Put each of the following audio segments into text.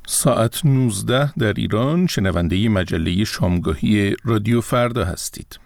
ساعت 19 در ایران. شنونده مجله شامگاهی رادیو فردا هستید.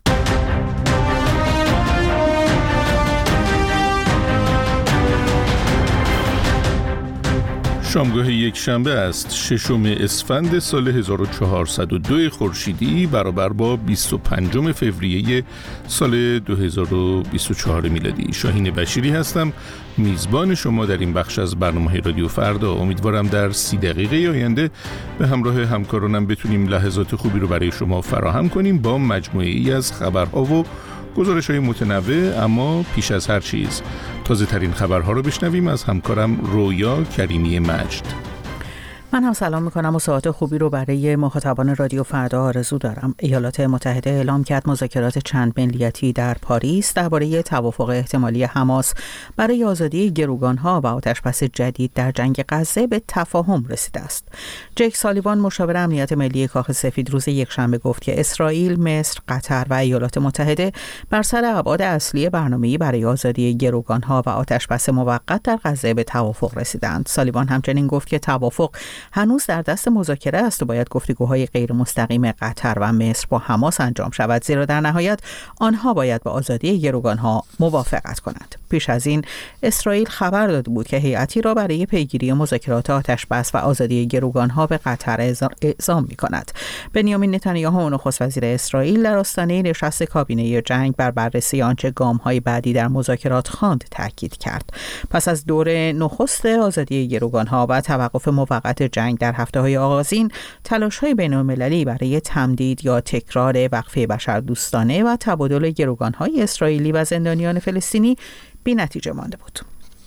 شامگاه یک شنبه است، 6 اسفند سال 1402 خورشیدی برابر با 25 فوریه سال 2024 میلادی. شاهین بشیری هستم، میزبان شما در این بخش از برنامه رادیو فردا. امیدوارم در 30 دقیقه آینده به همراه همکارانم بتونیم لحظات خوبی رو برای شما فراهم کنیم با مجموعه ای از خبرها و گزارش‌های متنوع. اما پیش از هر چیز تازه ترین خبرها رو بشنویم از همکارم رویا کریمی مجد. من هم سلام میکنم و ساعت خوبی رو برای مخاطبان رادیو فردا آرزو دارم. ایالات متحده اعلام کرد مذاکرات چند ملیتی در پاریس درباره توافق احتمالی حماس برای آزادی گروگانها و آتشبس جدید در جنگ غزه به تفاهم رسیده است. جک سالیوان مشاور امنیت ملی کاخ سفید روز یکشنبه گفت که اسرائیل، مصر، قطر و ایالات متحده بر سر ابعاد اصلی برنامه‌ای برای آزادی گروگانها و آتشبس موقت در غزه به توافق رسیدند. سالیوان همچنین گفت که توافق هنوز در دست مذاکره است و باید گفتگوهای غیر مستقیم قطر و مصر با حماس انجام شود، زیرا در نهایت آنها باید با آزادی گروگانها موافقت کنند. پیش از این اسرائیل خبر داده بود که هیئتی را برای پیگیری مذاکرات آتشبس و آزادی گروگانها به قطر اعزام می‌کند. بنیامین نتانیاهو نخست وزیر اسرائیل در آستانه نشست کابینه جنگ بر بررسی آنچه گام‌های بعدی در مذاکرات خواند تاکید کرد. پس از دور نخست آزادی گروگانها و توقف موقت جنگ در هفته‌های آغازین، تلاش‌های بین‌المللی برای تمدید یا تکرار وقفه بشردوستانه و تبادل گروگان‌های اسرائیلی و زندانیان فلسطینی بی‌نتیجه مانده بود.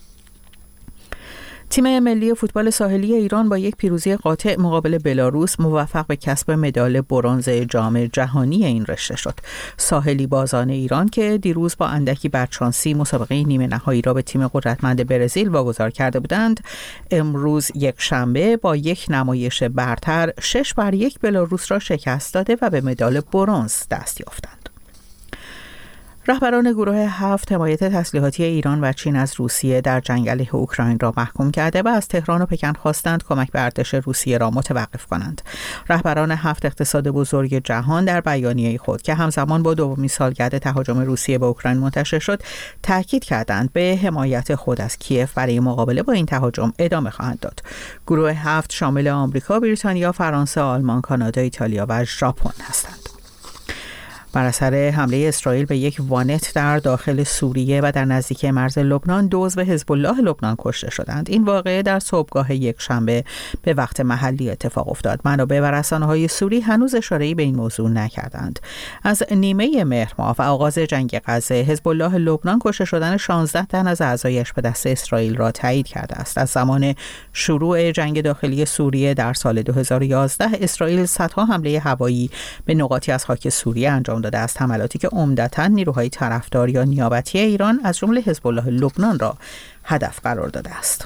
تیم ملی فوتبال ساحلی ایران با یک پیروزی قاطع مقابل بلاروس موفق به کسب مدال برنز جام جهانی این رشته شد. ساحلی بازان ایران که دیروز با اندکی بدشانسی مسابقه نیمه نهایی را به تیم قدرتمند برزیل واگذار کرده بودند، امروز یک شنبه با یک نمایش برتر 6-1 بلاروس را شکست داده و به مدال برنز دست یافتند. رهبران گروه 7 حمایت تسلیحاتی ایران و چین از روسیه در جنگ علیه اوکراین را محکوم کرده و از تهران و پکن خواستند کمک به ارتش روسیه را متوقف کنند. رهبران 7 اقتصاد بزرگ جهان در بیانیه خود که همزمان با دومین سالگرد تهاجم روسیه به اوکراین منتشر شد، تاکید کردند به حمایت خود از کیف برای مقابله با این تهاجم ادامه خواهند داد. گروه 7 شامل آمریکا، بریتانیا، فرانسه، آلمان، کانادا، ایتالیا و ژاپن هستند. بر اثر حمله اسرائیل به یک وانت در داخل سوریه و در نزدیکی مرز لبنان، 2 عضو حزب الله لبنان کشته شدند. این واقعه در صبحگاه یک شنبه به وقت محلی اتفاق افتاد. منابع و رسانه‌های سوری هنوز اشاره‌ای به این موضوع نکردند. از نیمه مهر ماه و آغاز جنگ غزه، حزب الله لبنان کشته شدن 16 تن از اعضایش به دست اسرائیل را تایید کرده است. از زمان شروع جنگ داخلی سوریه در سال 2011 اسرائیل صدها حمله هوایی به نقاطی از خاک سوریه انجام داده است، حملاتی که عمدتاً نیروهای طرفدار یا نیابتی ایران از جمله حزب الله لبنان را هدف قرار داده است.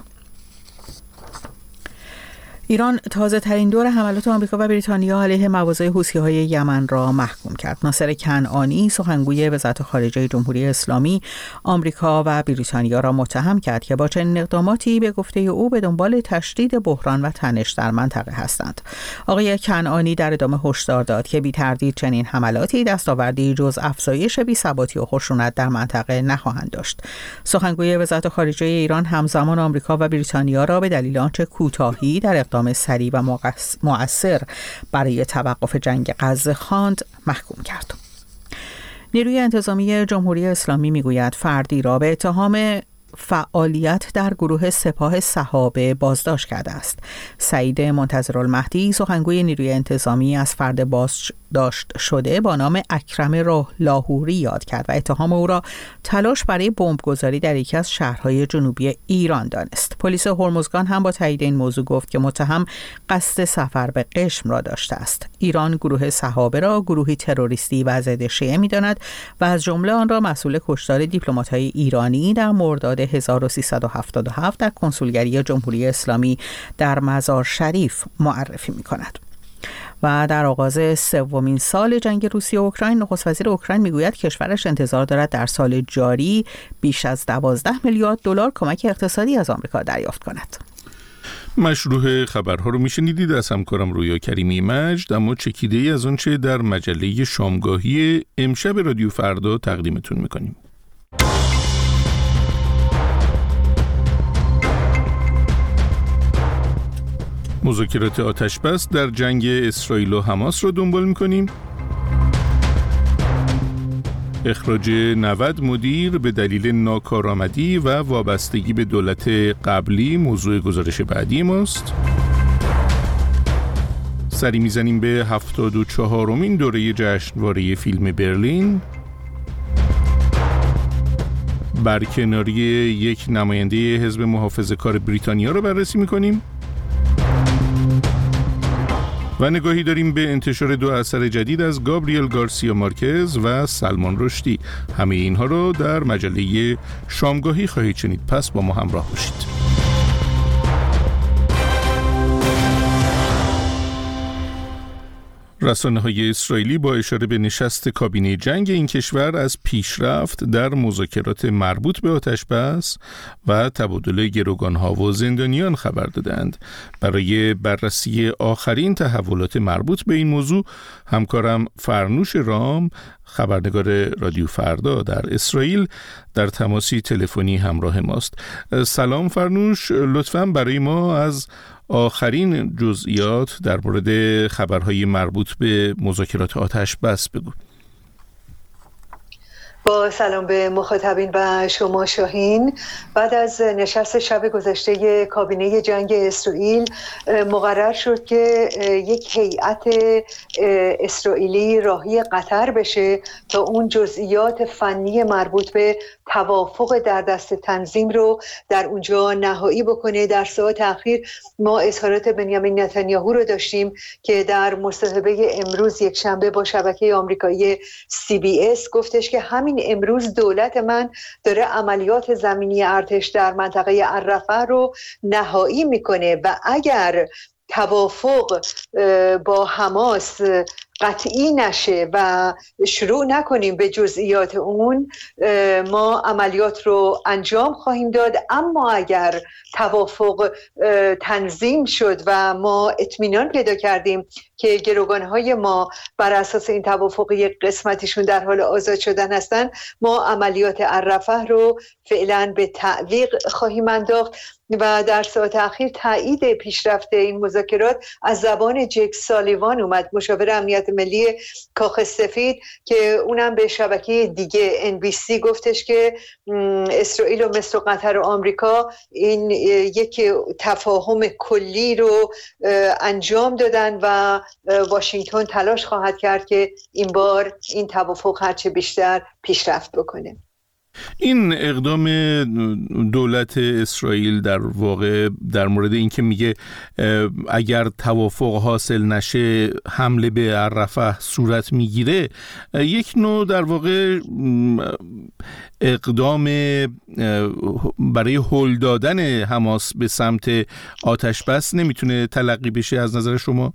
ایران تازه ترین دور حملات آمریکا و بریتانیا علیه مواضع حوثی‌های یمن را محکوم کرد. ناصر کنعانی سخنگوی وزارت خارجه جمهوری اسلامی آمریکا و بریتانیا را متهم کرد که با چنین اقداماتی به گفته او به دنبال تشدید بحران و تنش در منطقه هستند. آقای کنعانی در ادامه هشدار داد که بی تردید چنین حملاتی دستاوردی جز افزایش بی‌ثباتی و خشونت در منطقه نخواهند داشت. سخنگوی وزارت خارجه ایران همزمان آمریکا و بریتانیا را به دلیل آنچه کوتاهی در اقدام سریع و مؤثر برای توقف جنگ غزه خواند محکوم کرد. نیروی انتظامی جمهوری اسلامی میگوید فردی را به اتهام فعالیت در گروه سپاه صحابه بازداشت کرده است. سعید منتظرالمهدی سخنگوی نیروی انتظامی از فرد بازداشت شده با نام اکرم لاهوری یاد کرد و اتهام او را تلاش برای بمبگذاری در یکی از شهرهای جنوبی ایران دانست. پلیس هرمزگان هم با تایید این موضوع گفت که متهم قصد سفر به قشم را داشته است. ایران گروه صحابه را گروهی تروریستی و ضد شیعه می‌داند و از جمله آن را مسئول کشتار دیپلمات‌های ایرانی در مرداد 1377 در کنسولگری جمهوری اسلامی در مزار شریف معرفی می‌کند. و در آغاز سومین سال جنگ روسیه و اوکراین، نخست وزیر اوکراین میگوید کشورش انتظار دارد در سال جاری بیش از 12 میلیارد دلار کمک اقتصادی از آمریکا دریافت کند. مشروع خبرها رو میشنیدید از همکارم رویا کریمی مجد، اما چکیده‌ای از آنچه در مجله شامگاهی امشب رادیو فردا تقدیمتون میکنیم. مذاکرات آتش‌بس در جنگ اسرائیل و حماس رو دنبال میکنیم. اخراج 90 مدیر به دلیل ناکارآمدی و وابستگی به دولت قبلی موضوع گزارش بعدی ماست. سری میزنیم به 74مین دوره جشنواره فیلم برلین. برکناری یک نماینده حزب محافظه‌کار بریتانیا رو بررسی میکنیم و نگاهی داریم به انتشار 2 اثر جدید از گابریل گارسیا مارکز و سلمان رشدی. همه اینها رو در مجله شامگاهی خواهید شنید، پس با ما همراه باشید. رسانه‌های اسرائیلی با اشاره به نشست کابینه جنگ این کشور از پیشرفت در مذاکرات مربوط به آتش‌بس و تبادل گروگان‌ها و زندانیان خبر دادند. برای بررسی آخرین تحولات مربوط به این موضوع همکارم فرنوش رام، خبرنگار رادیو فردا در اسرائیل، در تماسی تلفنی همراه ماست. سلام فرنوش، لطفاً برای ما از آخرین جزئیات در مورد خبرهای مربوط به مذاکرات آتش‌بس بگو. با سلام به مخاطبین و شما شاهین، بعد از نشست شب گذشته کابینه جنگ اسرائیل مقرر شد که یک هیئت اسرائیلی راهی قطر بشه تا اون جزئیات فنی مربوط به توافق در دست تنظیم رو در اونجا نهایی بکنه. در ساعات اخیر ما اظهارات بنیامین نتانیاهو رو داشتیم که در مصاحبه امروز یک شنبه با شبکه آمریکایی CBS گفتش که همین امروز دولت من داره عملیات زمینی ارتش در منطقه الرفح رو نهایی میکنه و اگر توافق با حماس قطعی نشه و شروع نکنیم به جزئیات اون، ما عملیات رو انجام خواهیم داد. اما اگر توافق تنظیم شد و ما اطمینان پیدا کردیم که گروگانهای ما بر اساس این توافق یک قسمتشون در حال آزاد شدن هستن، ما عملیات الرفح رو فعلا به تعویق خواهیم انداخت. و در ساعت اخیر تایید پیشرفت این مذاکرات از زبان جک سالیوان اومد، مشاور امنیت ملی کاخ سفید، که اونم به شبکه دیگه NBC گفتش که اسرائیل و مصر و قطر و آمریکا این یک تفاهم کلی رو انجام دادن و واشنگتن تلاش خواهد کرد که این بار این توافق هرچه بیشتر پیشرفت بکنه. این اقدام دولت اسرائیل در واقع در مورد این که میگه اگر توافق حاصل نشه حمله به الرفح صورت میگیره، یک نوع در واقع اقدام برای هل دادن حماس به سمت آتش‌بس نمیتونه تلقی بشه از نظر شما؟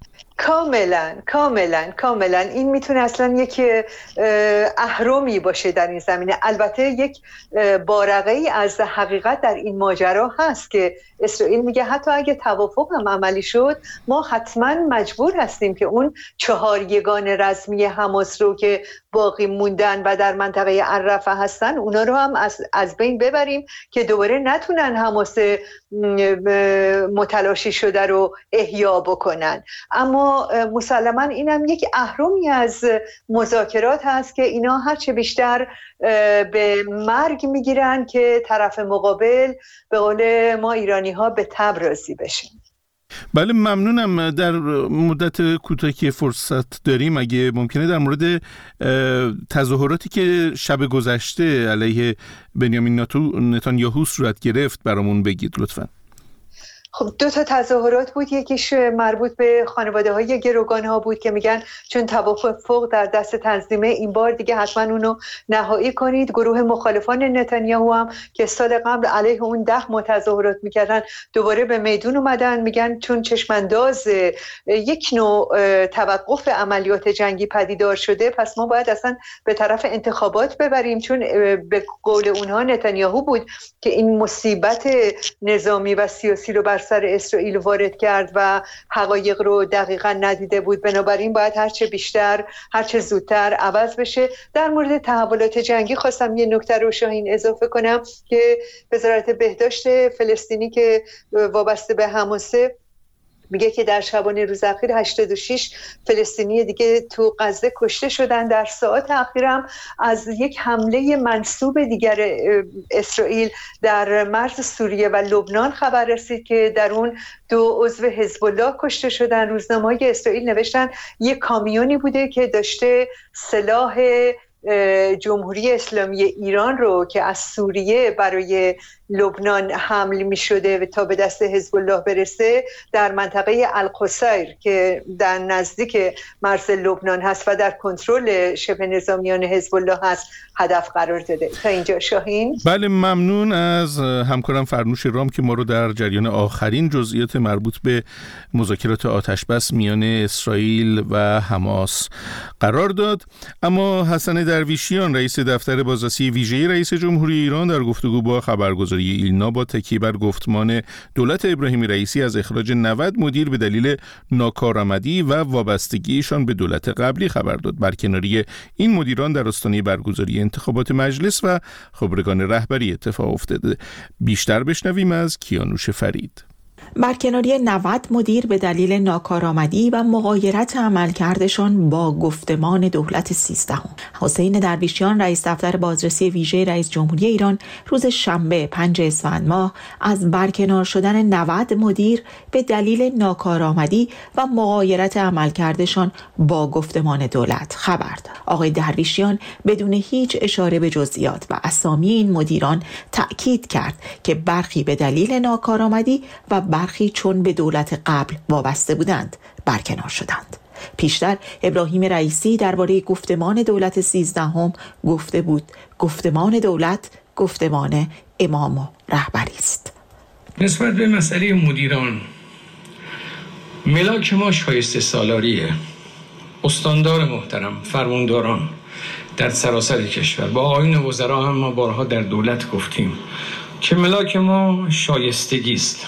کاملا این میتونه اصلا یک اهرمی باشه در این زمینه. البته یک بارقه ای از حقیقت در این ماجرا هست که اسرائیل میگه حتی اگه توافق هم عملی شد، ما حتما مجبور هستیم که اون 4 یگان رسمی حماس رو که باقی موندن و در منطقه الرفح هستن، اونا رو هم از بین ببریم که دوباره نتونن حماس متلاشی شده رو احیا بکنن. اما مسلماً اینم یک اهرمی از مذاکرات هست که اینا هرچه بیشتر به مرگ میگیرن که طرف مقابل به قول ما ایرانی ها به تب راضی بشه. بله، ممنونم. در مدت کوتاهی که فرصت داریم اگه ممکنه در مورد تظاهراتی که شب گذشته علیه بنیامین نتانیاهو صورت گرفت برامون بگید لطفاً. خب 2 تا تظاهرات بود، یکیش مربوط به خانواده های گروگان ها بود که میگن چون توافق در دست تنظیمه این بار دیگه حتما اونو نهایی کنید. گروه مخالفان نتانیاهو هم که سال قبل علیه اون 10 متظاهرات میکردن دوباره به میدون اومدن، میگن چون چشمانداز یک نوع توقف عملیات جنگی پدیدار شده، پس ما باید اصلا به طرف انتخابات ببریم، چون به قول اونها نتانیاهو بود که این مصیبت نظامی و سیاسی رو بر بر سر اسرائیل وارد کرد و حقایق رو دقیقاً ندیده بود. بنابراین باید هرچه زودتر عوض بشه. در مورد تحولات جنگی خواستم یه نکته رو شاهین اضافه کنم که وزارت بهداشت فلسطینی که وابسته به حماسه میگه که در شبانه روز اخیر 86 فلسطینی دیگه تو غزه کشته شدن. در ساعات اخیر هم از یک حمله منسوب دیگر اسرائیل در مرز سوریه و لبنان خبر رسید که در اون 2 عضو حزب الله کشته شدن. روزنامه‌های اسرائیل نوشتن یک کامیونی بوده که داشته سلاح جمهوری اسلامی ایران رو که از سوریه برای لبنان حمل می شده و تا به دست حزب الله برسه در منطقه القصیر که در نزدیک مرز لبنان هست و در کنترل شبه نظامیان حزب الله هست هدف قرار داده. تا اینجا شاهین. بله، ممنون از همکارم فرنوش رام که ما رو در جریان آخرین جزئیات مربوط به مذاکرات آتشبس میان اسرائیل و حماس قرار داد. اما حسن درویشیان رئیس دفتر بازرسی ویژه رئیس جمهوری ایران در گفتگو با خبرگزاری ایلنا با تکیه بر گفتمان دولت ابراهیم رئیسی از اخراج 90 مدیر به دلیل ناکارآمدی و وابستگیشان به دولت قبلی خبر داد. برکناری این مدیران در آستانه برگزاری انتخابات مجلس و خبرگان رهبری اتفاق افتاده. بیشتر بشنویم از کیانوش فرید. برکناری 90 مدیر به دلیل ناکارآمدی و مغایرت عملکردشان با گفتمان دولت 13. حسین درویشیان رئیس دفتر بازرسی ویژه رئیس جمهوری ایران روز شنبه 5 اسفند ماه از برکنار شدن 90 مدیر به دلیل ناکارآمدی و مغایرت عملکردشان با گفتمان دولت خبر داد. آقای درویشیان بدون هیچ اشاره به جزئیات و اسامی این مدیران تأکید کرد که برخی به دلیل ناکارآمدی و برخی چون به دولت قبل وابسته بودند برکنار شدند. پیشتر ابراهیم رئیسی درباره گفتمان دولت 13 گفته بود گفتمان دولت گفتمان امام و رهبری است. نسبت به مسئله مدیران، ملاک ما شایسته سالاریه. استاندار محترم، فرمانداران در سراسر کشور با آیین وزرا هم ما بارها در دولت گفتیم که ملاک ما شایستگی است،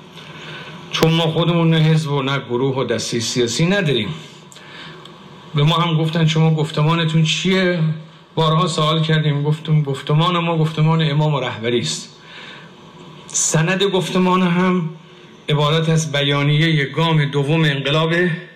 چون ما خودمون نه حزب و نه گروه و دسته سیاسی نداریم. به ما هم گفتن شما گفتمانتون چیه؟ بارها سوال کردیم، گفتمان ما گفتمان امام و رهبری است. سند گفتمان هم عبارت از بیانیه گام دوم انقلاب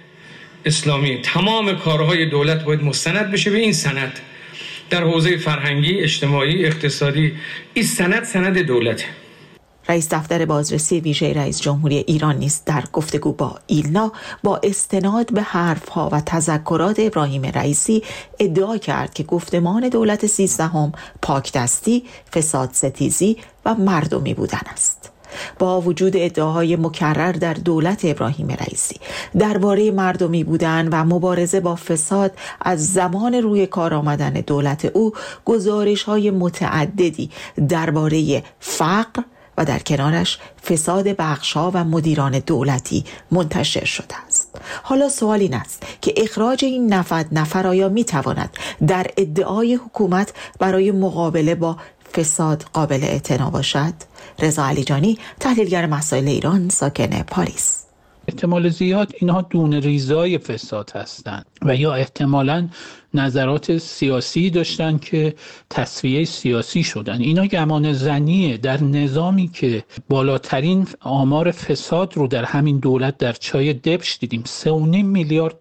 اسلامی. تمام کارهای دولت باید مستند بشه به این سند در حوزه فرهنگی، اجتماعی، اقتصادی. این سند دولته. رئیس دفتر بازرسی ویژه رئیس جمهوری ایران نیز در گفتگو با ایلنا با استناد به حرفها و تذکرات ابراهیم رئیسی ادعا کرد که گفتمان دولت 13 پاکدستی، فساد ستیزی و مردمی بودن است. با وجود ادعاهای مکرر در دولت ابراهیم رئیسی درباره مردمی بودن و مبارزه با فساد از زمان روی کار آمدن دولت او، گزارش‌های متعددی درباره فقر و در کنارش فساد بخش‌ها و مدیران دولتی منتشر شده است. حالا سوال این است که اخراج این 90 نفر آیا می‌تواند در ادعای حکومت برای مقابله با فساد قابل اعتنا باشد؟ رضا علیجانی، تحلیلگر مسائل ایران، ساکن پاریس: احتمال زیاد اینها دونه ریزای فساد هستند و یا احتمالاً نظرات سیاسی داشتن که تصفیه سیاسی شدن. اینا گمان زنیه در نظامی که بالاترین آمار فساد رو در همین دولت در چای دبش دیدیم. 3.5 میلیارد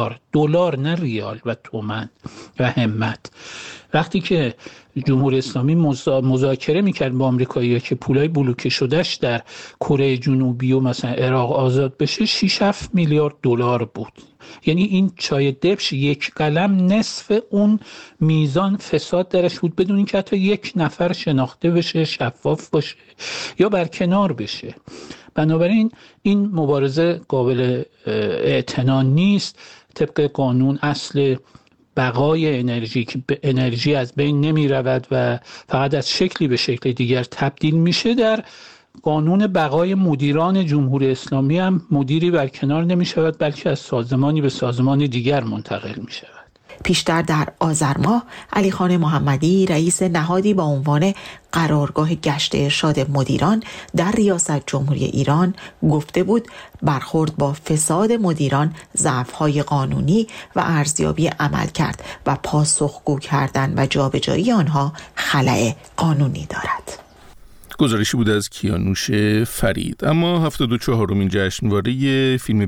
دلار، نه ریال و تومان و همت. وقتی که جمهوری اسلامی مذاکره میکرد با آمریکایی‌ها که پولای بلوکه شدهش در کره جنوبی و مثلا عراق آزاد بشه، 6-7 میلیارد دلار بود. یعنی این چای دبش یک قلم نصف اون میزان فساد درش بود، بدون اینکه حتی یک نفر شناخته بشه، شفاف باشه یا برکنار بشه. بنابراین این مبارزه قابل اعتنا نیست. طبق قانون اصل بقای انرژی که انرژی از بین نمی رود و فقط از شکلی به شکل دیگر تبدیل میشه، در قانون بقای مدیران جمهوری اسلامی هم مدیری برکنار نمی شود، بلکه از سازمانی به سازمان دیگر منتقل می شود. پیشتر در آذر ماه علیخان محمدی رئیس نهادی با عنوان قرارگاه گشت ارشاد مدیران در ریاست جمهوری ایران گفته بود برخورد با فساد مدیران ضعف‌های قانونی و ارزیابی عمل کرد و پاسخگو کردن و جابجایی آنها خلأ قانونی دارد. گزارشی بود از کیانوش فرید. اما 74مین جشنواره فیلم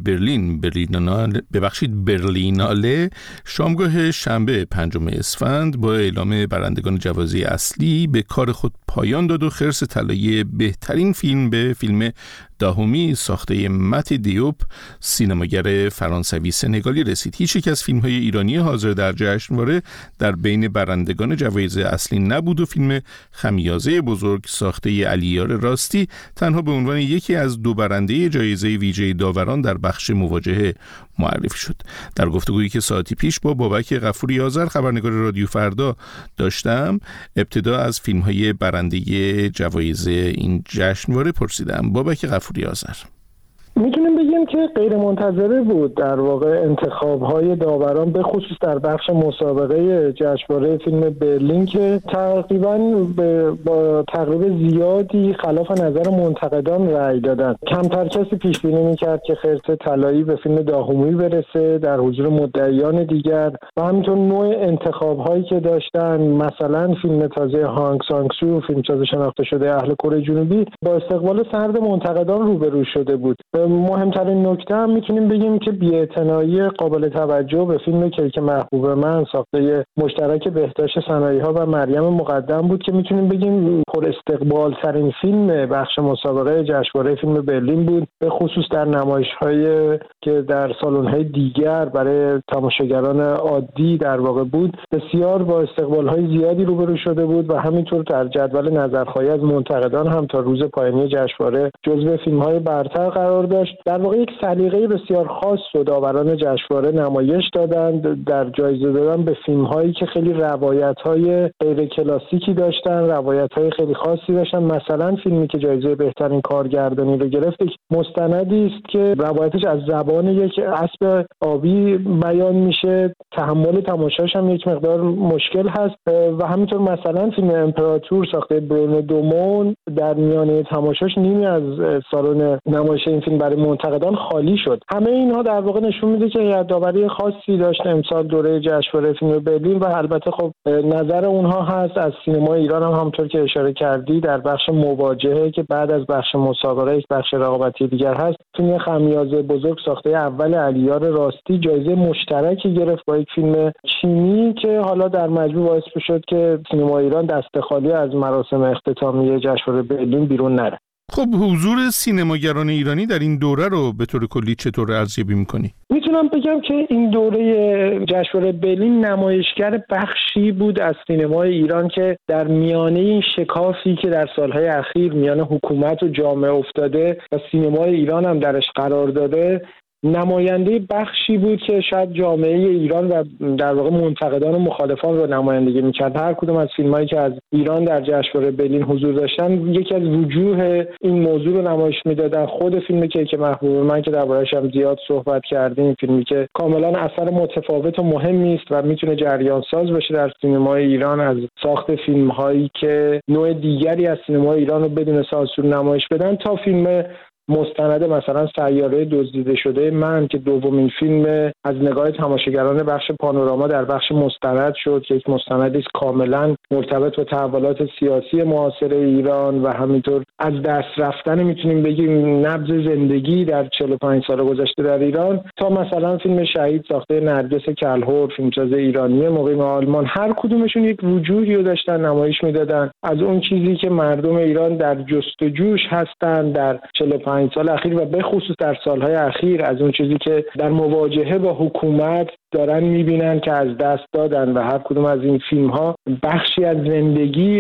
برلیناله شامگاه شنبه 5 اسفند با اعلام برندگان جوایز اصلی به کار خود پایان داد و خرس طلایی بهترین فیلم به فیلم داهمی ساخته مت دیوپ سینماگر فرانسوی سنگالی رسید. هیچ یک از فیلم‌های ایرانی حاضر در جشنواره در بین برندگان جوایز اصلی نبود و فیلم خمیازه بزرگ ساخته علیار راستی تنها به عنوان یکی از 2 برنده جایزه ویژه داوران در بخش مواجهه معرفی شد. در گفتگویی که ساعتی پیش با بابک غفوری آذر خبرنگار رادیو فردا داشتم، ابتدا از فیلم‌های برنده جوایز این جشنواره پرسیدم. بابک غفوری آذر: میتونیم بگیم که غیر منتظره بود در واقع انتخاب‌های داوران به خصوص در بخش مسابقه جشنواره فیلم برلین که تقریباً با تقریبا زیادی خلاف نظر منتقدان رأی دادن. کمتر کسی پیش بینی می‌کرد که خرس طلایی به فیلم داهمی برسه در حضور مدعیان دیگر و همینطور نوع انتخاب‌هایی که داشتن، مثلا فیلم تازه هانگ سانگ سو، فیلمساز شناخته شده اهل کره جنوبی، با استقبال سرد منتقدان روبرو شده بود. مهمترین نکته هم میتونیم بگیم که بی‌اعتنایی قابل توجه به فیلم کیک محبوب من ساخته مشترک بهداشت صنایع‌ها و مریم مقدم بود که میتونیم بگیم پر استقبال ترین فیلم بخش مسابقه جشنواره فیلم برلین بود، به خصوص در نمایش‌های که در سالن‌های دیگر برای تماشاگران عادی در واقع بود. بسیار با استقبال‌های زیادی روبرو شده بود و همینطور در جدول نظرخواهی از منتقدان هم تا روز پایانی جشنواره جزو فیلم‌های برتر قرار داشت. در واقع یک سلیقه بسیار خاص و داوران جشنواره نمایش دادند در جایزه دادن به فیلم‌هایی که خیلی روایت‌های غیر کلاسیکی داشتن، روایت‌های خیلی خاصی داشتن. مثلا فیلمی که جایزه بهترین کارگردانی رو گرفت مستندی است که روایتش از زبان یک اسب آبی بیان میشه، تحمل تماشاش هم یک مقدار مشکل هست و همینطور مثلا فیلم امپراتور ساخته برونو دومون در میانه تماشاش نیمی از سالن نمایش این فیلم برای منتقدان خالی شد. همه اینها در واقع نشون میده که هیئت‌داوری خاصی داشت امسال دوره جشنواره فیلم برلین و البته خب نظر اونها هست از سینما ایران هم همونطور که اشاره کردی در بخش مواجهه که بعد از بخش مسابقه یک بخش رقابتی دیگر هست، فیلم خمیازه بزرگ ساخته اول علیار راستی جایزه مشترکی گرفت با یک فیلم چینی که حالا در مجموع باعث شد که سینما ایران دست خالی از مراسم اختتامیه جشنواره برلین بیرون نره. خب حضور سینماگران ایرانی در این دوره رو به طور کلی چطور ارزیابی می‌کنی؟ میتونم بگم که این دوره جشنواره برلین نمایشگر بخشی بود از سینمای ایران که در میانه این شکافی که در سالهای اخیر میان حکومت و جامعه افتاده و سینمای ایران هم درش قرار داده، نماینده بخشی بود که شاید جامعه ایران و در واقع منتقدان و مخالفان رو نمایندگی میکرد. هر کدوم از فیلمایی که از ایران در جشنواره برلین حضور داشتن یکی از وجوه این موضوع رو نمایش میدادن. خود فیلم کیک محبوب من که درباره‌اش هم زیاد صحبت کردیم، فیلمی که کاملا اثر متفاوت و مهمی است و میتونه جریان ساز باشه در سینمای ایران از ساخت فیلم‌هایی که نوع دیگری از سینمای ایران رو بدون سانسور نمایش بدن تا فیلم مستند مثلا سیاره دزدیده شده من که دومین فیلم از نگاه تماشاگران بخش پانوراما در بخش مستند شد که یک مستندی است کاملا مرتبط با تحولات سیاسی معاصر ایران و همینطور از دست رفتن میتونیم بگیم نبض زندگی در 45 سال گذشته در ایران، تا مثلا فیلم شهید ساخته نرگس کلهر، فیلمساز ایرانی مقیم آلمان. هر کدومشون یک وجوهی رو داشتن نمایش میدادن از اون چیزی که مردم ایران در جستجوش هستن در 45 سال اخیر و به خصوص در سالهای اخیر، از اون چیزی که در مواجهه با حکومت دارن میبینن که از دست دادن و هر کدوم از این فیلم ها بخشی از زندگی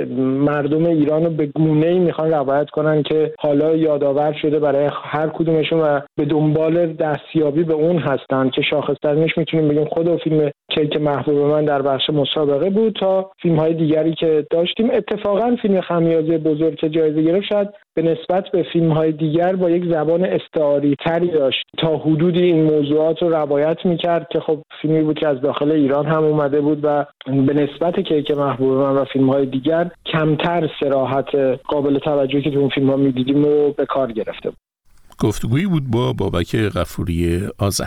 مردم ایران رو به گونه‌ای میخوان روایت کنن که حالا یادآور شده برای هر کدومشون و به دنبال دستیابی به اون هستن که شاخص‌ترینش میتونیم بگیم خود فیلم کیک محبوب من در بخش مسابقه بود تا فیلم های دیگری که داشتیم. اتفاقا فیلم خمیازه بزرگ که جایزه گرفت شاید به نسبت به فیلم های دیگر با یک زبان استعاری تری داشت، تا حدودی این موضوعات رو روایت میکرد که خب فیلمی بود که از داخل ایران هم اومده بود و به نسبت کیک محبوب من و فیلم‌های دیگر کمتر صراحت قابل توجهی که تو اون فیلم‌ها می‌دیدیم رو به کار گرفته بود. گفتگویی بود با بابک غفوری آذر.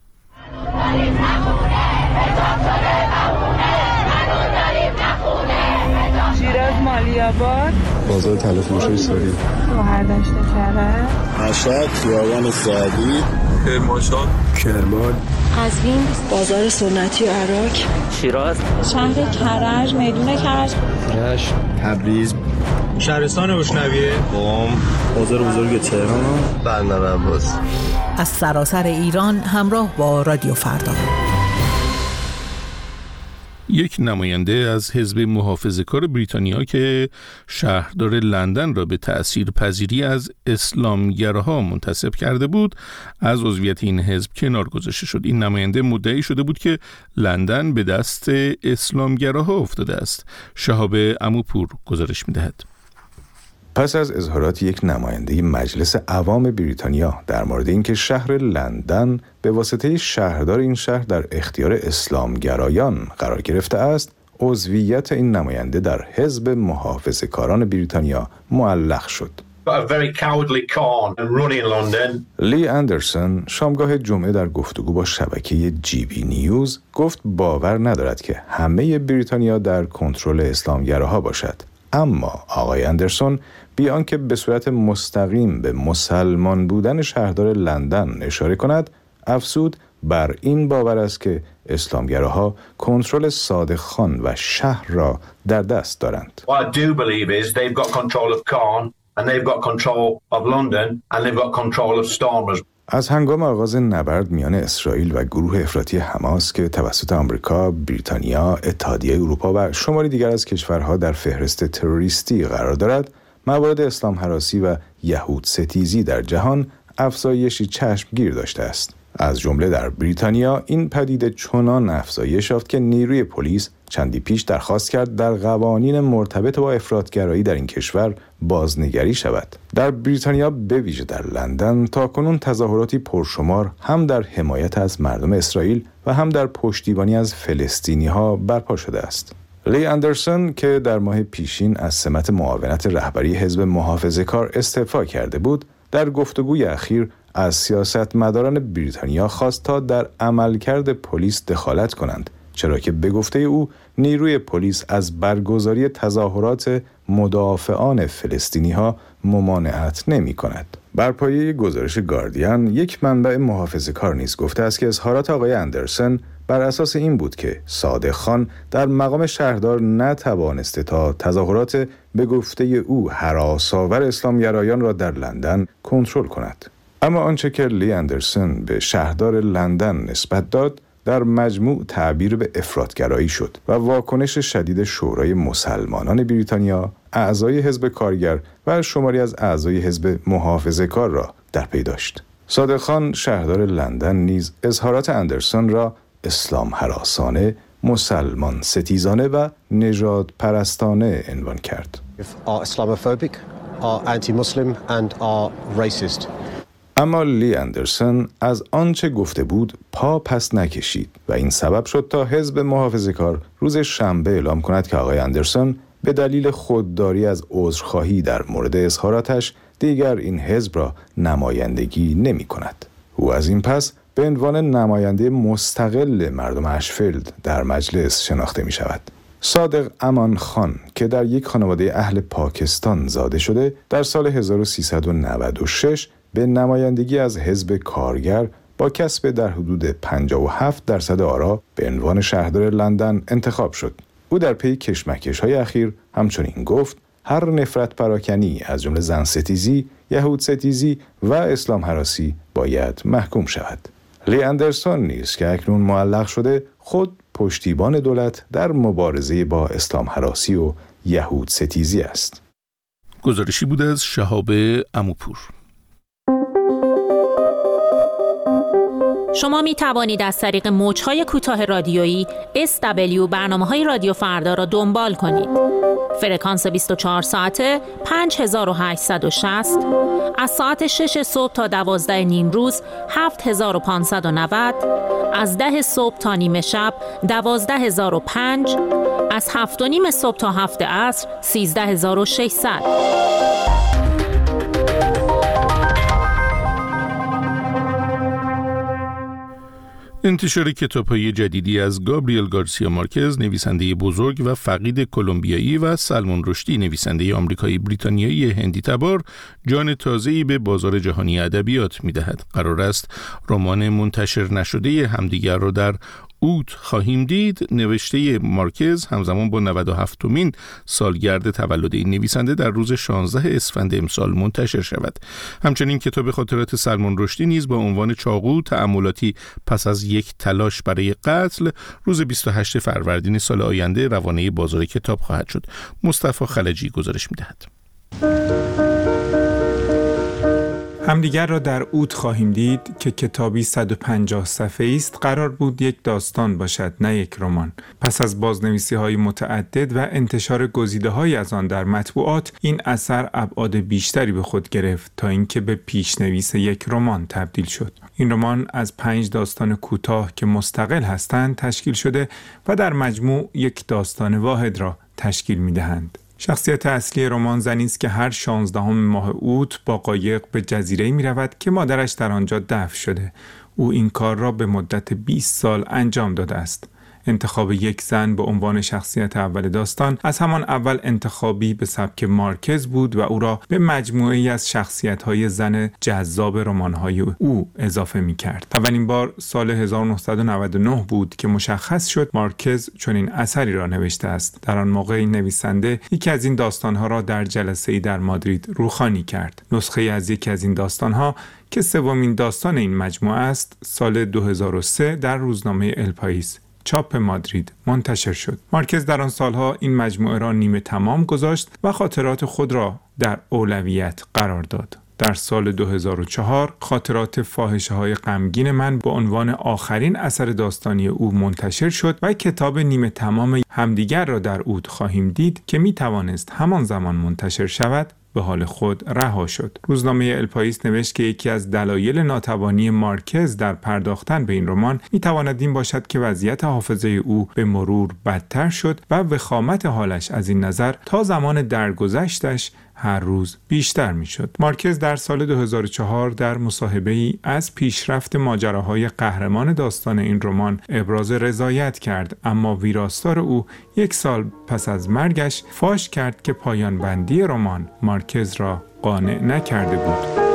شیراز مالی‌آباد، بازار تلفروشی ساری، شهردشت کرج، مشهد خیابان سعدی، کرمانشاه، کرمان، قزوین، بازار سنتی و عراق، شیراز، شهر کرج، میدون کرج، رشت، تبریز، شهرستان بشنویه، قم، بازار بزرگ تهران، بندر عباس. از سراسر ایران همراه با رادیو فردا. یک نماینده از حزب محافظه‌کار بریتانیا که شهردار لندن را به تأثیرپذیری از اسلامگراها منتسب کرده بود، از عضویت این حزب کنار گذاشته شد. این نماینده مدعی شده بود که لندن به دست اسلامگراها افتاده است. شهاب عموپور گزارش می‌دهد. پس از اظهارات یک نماینده مجلس عوام بریتانیا در مورد اینکه شهر لندن به واسطه شهردار این شهر در اختیار اسلامگرایان قرار گرفته است، عضویت این نماینده در حزب محافظه‌کاران بریتانیا معلق شد. لی اندرسون شامگاه جمعه در گفتگو با شبکه GB نیوز گفت باور ندارد که همه بریتانیا در کنترل اسلامگراها باشد. اما آقای اندرسون بی آنکه به صورت مستقیم به مسلمان بودن شهردار لندن اشاره کند، افزود بر این باور است که اسلامگراها کنترل صادق خان و شهر را در دست دارند. از هنگام آغاز نبرد میان اسرائیل و گروه افراطی حماس که توسط آمریکا، بریتانیا، اتحادیه اروپا و شماری دیگر از کشورها در فهرست تروریستی قرار دارد، موارد اسلام هراسی و یهود ستیزی در جهان افزایشی چشمگیر داشته است. از جمله در بریتانیا این پدیده چنان افزایش یافت که نیروی پلیس چندی پیش درخواست کرد در قوانین مرتبط با افراطگرایی در این کشور بازنگری شود. در بریتانیا به ویژه در لندن تاکنون تظاهراتی پرشمار هم در حمایت از مردم اسرائیل و هم در پشتیبانی از فلسطینی‌ها برپا شده است. لی اندرسون که در ماه پیشین از سمت معاونت رهبری حزب محافظه‌کار استعفا کرده بود، در گفتگوی اخیر از سیاستمداران بریتانیا خواست تا در عملکرد پلیس دخالت کنند، چرا که به گفته او نیروی پلیس از برگزاری تظاهرات مدافعان فلسطینی‌ها ممانعت نمی‌کند. بر پایه گزارش گاردین، یک منبع محافظه‌کار نیز گفته است که اظهارات آقای اندرسون بر اساس این بود که صادق خان در مقام شهردار نتوانسته تا تظاهرات به گفته او هراس‌آور اسلامگرایان را در لندن کنترل کند. اما آنچه که لی اندرسون به شهردار لندن نسبت داد در مجموع تعبیر به افراطگرایی شد و واکنش شدید شورای مسلمانان بریتانیا، اعضای حزب کارگر و شماری از اعضای حزب محافظه‌کار را در پی داشت. صادق خان شهردار لندن نیز اظهارات اندرسون را اسلام هراسانه، مسلمان ستیزانه و نژاد پرستانه عنوان کرد. اما لی اندرسون از آنچه گفته بود پا پس نکشید و این سبب شد تا حزب محافظه‌کار روز شنبه اعلام کند که آقای اندرسون به دلیل خودداری از عذرخواهی در مورد اظهاراتش دیگر این حزب را نمایندگی نمی کند. او از این پس به عنوان نماینده مستقل مردم اشفیلد در مجلس شناخته می شود. صادق امان خان که در یک خانواده اهل پاکستان زاده شده، در سال 1396 به نمایندگی از حزب کارگر با کسب در حدود 57% آرا به عنوان شهردار لندن انتخاب شد. او در پی کشمکش‌های اخیر همچنین گفت هر نفرت پراکنی از جمله زن ستیزی، یهود ستیزی و اسلام هراسی باید محکوم شود. لی اندرسون نیز که اکنون معلق شده خود پشتیبان دولت در مبارزه با اسلام هراسی و یهود ستیزی است. گزارشی بود از شهاب عموپور. شما می توانید از طریق موج‌های کوتاه رادیویی SW برنامه‌های رادیو فردا را دنبال کنید. فرکانس 24 ساعته 5860، از ساعت 6 صبح تا 12 نیم روز 7590، از 10 صبح تا نیمه شب 12005، از 7 و نیم صبح تا 7 عصر 13600. انتشار کتاب‌های جدیدی از گابریل گارسیا مارکز، نویسنده بزرگ و فقید کلمبیایی، و سلمان رشدی، نویسنده آمریکایی بریتانیایی هندی تبار، جان تازه‌ای به بازار جهانی ادبیات می‌دهد. قرار است رمان منتشر نشده همدیگر را در اوت خواهیم دید، نوشته مارکز، همزمان با 97مین سالگرد تولد این نویسنده، در روز 16 اسفند امسال منتشر شود. همچنین کتاب خاطرات سلمان رشدی نیز با عنوان چاقو، تأملاتی پس از یک تلاش برای قتل، روز 28 فروردین سال آینده روانه بازار کتاب خواهد شد. مصطفی خلجی گزارش می‌دهد. همدیگر را در اوت خواهیم دید که کتابی 150 صفحه‌ای است قرار بود یک داستان باشد، نه یک رمان. پس از بازنویسی‌های متعدد و انتشار گزیده‌های از آن در مطبوعات، این اثر ابعاد بیشتری به خود گرفت تا اینکه به پیشنویس یک رمان تبدیل شد. این رمان از 5 داستان کوتاه که مستقل هستند تشکیل شده و در مجموع یک داستان واحد را تشکیل می‌دهند. شخصیت اصلی رمان زنی است که هر 16 ماه اوت با قایق به جزیره‌ای می‌رود که مادرش در آنجا دفن شده. او این کار را به مدت 20 سال انجام داده است. انتخاب یک زن به عنوان شخصیت اول داستان از همان اول انتخابی به سبک مارکز بود و او را به مجموعه‌ای از شخصیت‌های زن جذاب رمان‌های او اضافه می‌کرد. اولین بار سال 1999 بود که مشخص شد مارکز چنین اثری را نوشته است. در آن موقع این نویسنده یکی از این داستان‌ها را در جلسه‌ای در مادرید روخوانی کرد. نسخه از یکی از این داستان‌ها که سومین داستان این مجموعه است، سال 2003 در روزنامه الپائیس چاپ مادرید منتشر شد. مارکز در آن سالها این مجموعه را نیمه تمام گذاشت و خاطرات خود را در اولویت قرار داد. در سال 2004 خاطرات فاحشه‌های غمگین من به عنوان آخرین اثر داستانی او منتشر شد و کتاب نیمه تمام همدیگر را در اوت خواهیم دید که می توانست همان زمان منتشر شود به حال خود رها شد. روزنامه الپائیس نوشت که یکی از دلایل ناتوانی مارکز در پرداختن به این رمان میتواند این باشد که وضعیت حافظه او به مرور بدتر شد و وخامت حالش از این نظر تا زمان درگذشتش هر روز بیشتر میشد. مارکز در سال 2004 در مصاحبه‌ای از پیشرفت ماجراهای قهرمان داستان این رمان ابراز رضایت کرد، اما ویراستار او 1 سال پس از مرگش فاش کرد که پایان بندی رمان مارکز را قانع نکرده بود.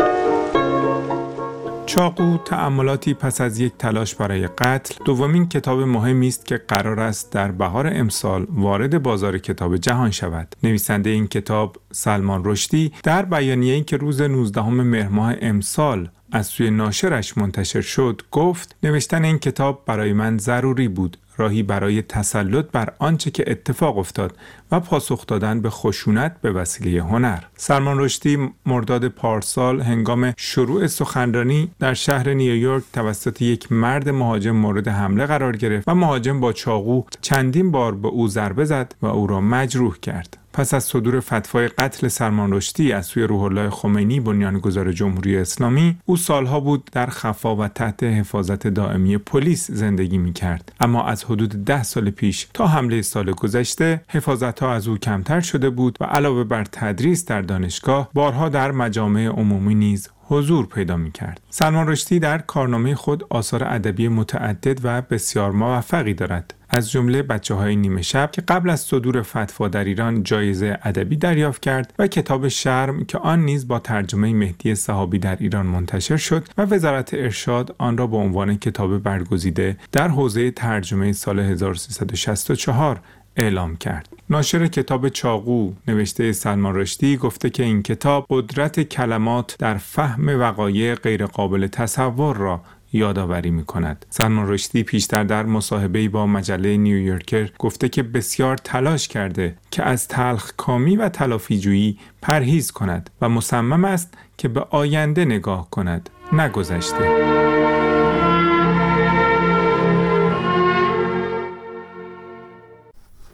چاقو، تأملاتی پس از یک تلاش برای قتل، دومین کتاب مهمی است که قرار است در بهار امسال وارد بازار کتاب جهان شود. نویسنده این کتاب، سلمان رشدی، در بیانیه‌ای که روز 19 مهر ماه امسال از سوی ناشرش منتشر شد، گفت نوشتن این کتاب برای من ضروری بود، راهی برای تسلط بر آنچه که اتفاق افتاد و پاسخ دادن به خشونت به وسیله هنر. سلمان رشدی مرداد پارسال هنگام شروع سخنرانی در شهر نیویورک توسط یک مرد مهاجم مورد حمله قرار گرفت و مهاجم با چاقو چندین بار به او ضربه زد و او را مجروح کرد. پس از صدور فتوای قتل سلمان رشدی از سوی روح الله خمینی بنیانگذار جمهوری اسلامی، او سالها بود در خفا و تحت حفاظت دائمی پلیس زندگی می‌کرد. اما از حدود 10 سال پیش تا حمله سال گذشته حفاظت‌ها از او کمتر شده بود و علاوه بر تدریس در دانشگاه، بارها در مجامع عمومی نیز حضور پیدا می‌کرد. سلمان رشدی در کارنامه خود آثار ادبی متعدد و بسیار موفقی دارد. از جمله بچه‌های نیمه شب که قبل از صدور فتوا در ایران جایزه ادبی دریافت کرد و کتاب شرم که آن نیز با ترجمه مهدی صحابی در ایران منتشر شد و وزارت ارشاد آن را به عنوان کتاب برگزیده در حوزه ترجمه سال 1364 اعلام کرد. ناشر کتاب چاقو نوشته سلمان رشدی گفته که این کتاب قدرت کلمات در فهم وقایع غیر قابل تصور را یادآوری می‌کند. سلمان رشدی پیشتر در مصاحبه‌ای با مجله نیویورکر گفته که بسیار تلاش کرده که از تلخکامی و تلافی‌جویی پرهیز کند و مصمم است که به آینده نگاه کند، نه گذشته.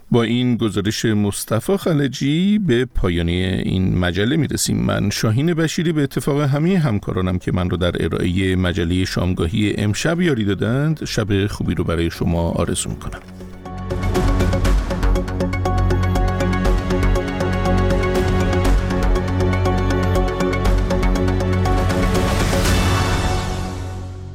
با این گزارش مصطفی خلجی به پایان این مجله میرسیم. من شاهین بشیری به اتفاق همه همکارانم که من رو در ارائه مجله شامگاهی امشب یاری دادند، شب خوبی رو برای شما آرزو میکنم.